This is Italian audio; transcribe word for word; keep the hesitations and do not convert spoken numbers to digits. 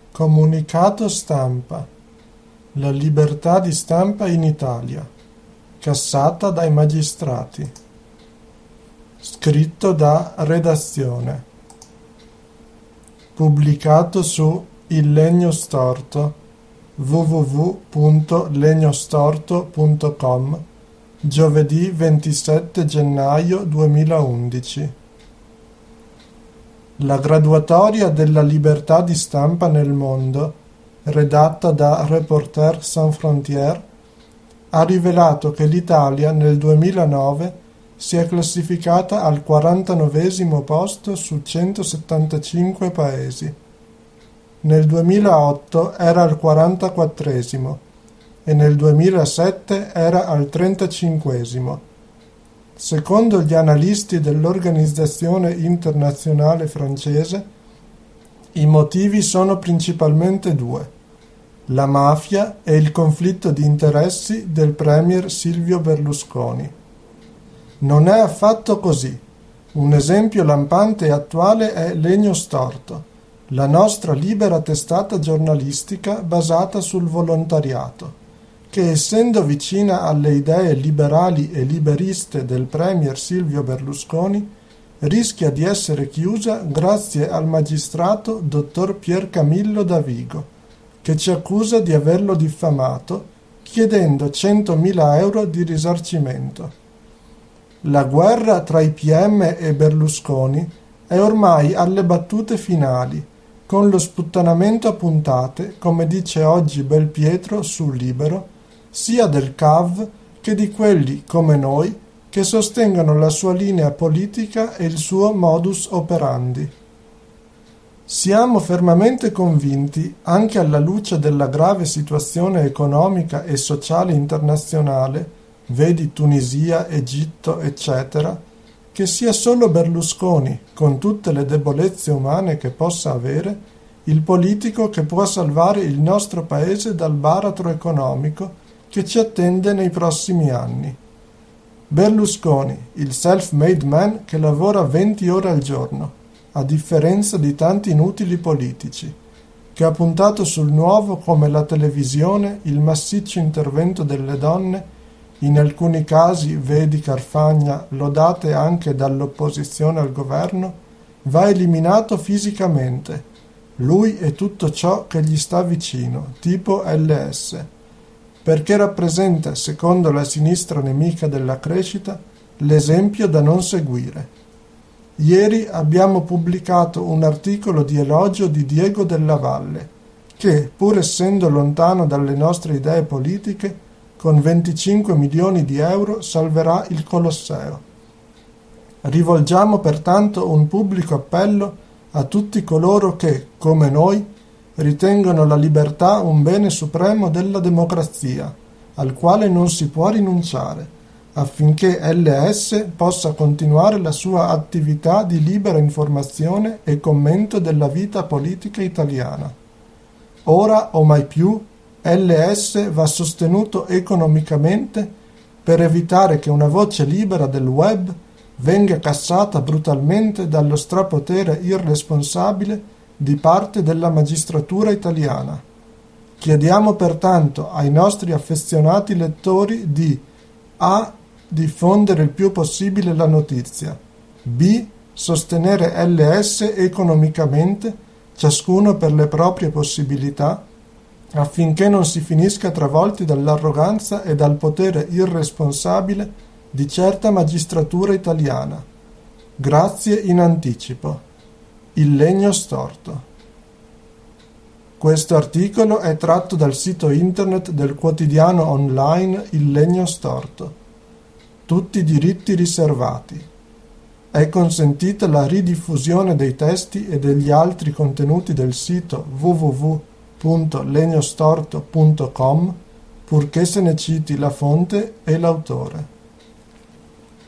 Comunicato stampa. La libertà di stampa in Italia. Cassata dai magistrati. Scritto da redazione. Pubblicato su Il Legno Storto w w w punto legnostorto punto com giovedì ventisette gennaio duemilaundici. La graduatoria della libertà di stampa nel mondo, redatta da Reporters Sans Frontières, ha rivelato che l'Italia nel duemilanove si è classificata al quarantanovesimo posto su centosettantacinque paesi. Nel duemilaotto era al quarantaquattresimo e nel duemilasette era al trentacinquesimo. Secondo gli analisti dell'organizzazione internazionale francese, i motivi sono principalmente due: la mafia e il conflitto di interessi del premier Silvio Berlusconi. Non è affatto così. Un esempio lampante e attuale è Legno Storto, la nostra libera testata giornalistica basata sul volontariato, che essendo vicina alle idee liberali e liberiste del premier Silvio Berlusconi, rischia di essere chiusa grazie al magistrato dottor Piercamillo Davigo, che ci accusa di averlo diffamato, chiedendo centomila euro di risarcimento. La guerra tra i P M e Berlusconi è ormai alle battute finali, con lo sputtanamento a puntate, come dice oggi Belpietro su Libero, sia del C A V che di quelli come noi che sostengono la sua linea politica e il suo modus operandi. Siamo fermamente convinti, anche alla luce della grave situazione economica e sociale internazionale, vedi Tunisia, Egitto, eccetera, che sia solo Berlusconi, con tutte le debolezze umane che possa avere, il politico che può salvare il nostro paese dal baratro economico che ci attende nei prossimi anni. Berlusconi, il self-made man che lavora venti ore al giorno, a differenza di tanti inutili politici, che ha puntato sul nuovo come la televisione, il massiccio intervento delle donne, in alcuni casi, vedi Carfagna, lodate anche dall'opposizione al governo, va eliminato fisicamente, lui e tutto ciò che gli sta vicino, tipo L S, perché rappresenta, secondo la sinistra nemica della crescita, l'esempio da non seguire. Ieri abbiamo pubblicato un articolo di elogio di Diego Della Valle, che, pur essendo lontano dalle nostre idee politiche, con venticinque milioni di euro salverà il Colosseo. Rivolgiamo pertanto un pubblico appello a tutti coloro che, come noi, ritengono la libertà un bene supremo della democrazia, al quale non si può rinunciare, affinché L S possa continuare la sua attività di libera informazione e commento della vita politica italiana. Ora o mai più L S va sostenuto economicamente per evitare che una voce libera del web venga cassata brutalmente dallo strapotere irresponsabile di parte della magistratura italiana. Chiediamo pertanto ai nostri affezionati lettori di A. diffondere il più possibile la notizia, B. sostenere L S economicamente, ciascuno per le proprie possibilità, affinché non si finisca travolti dall'arroganza e dal potere irresponsabile di certa magistratura italiana. Grazie in anticipo. Il Legno Storto. Questo articolo è tratto dal sito internet del quotidiano online Il Legno Storto. Tutti diritti riservati. È consentita la ridiffusione dei testi e degli altri contenuti del sito w w w punto legnostorto punto com, purché se ne citi la fonte e l'autore.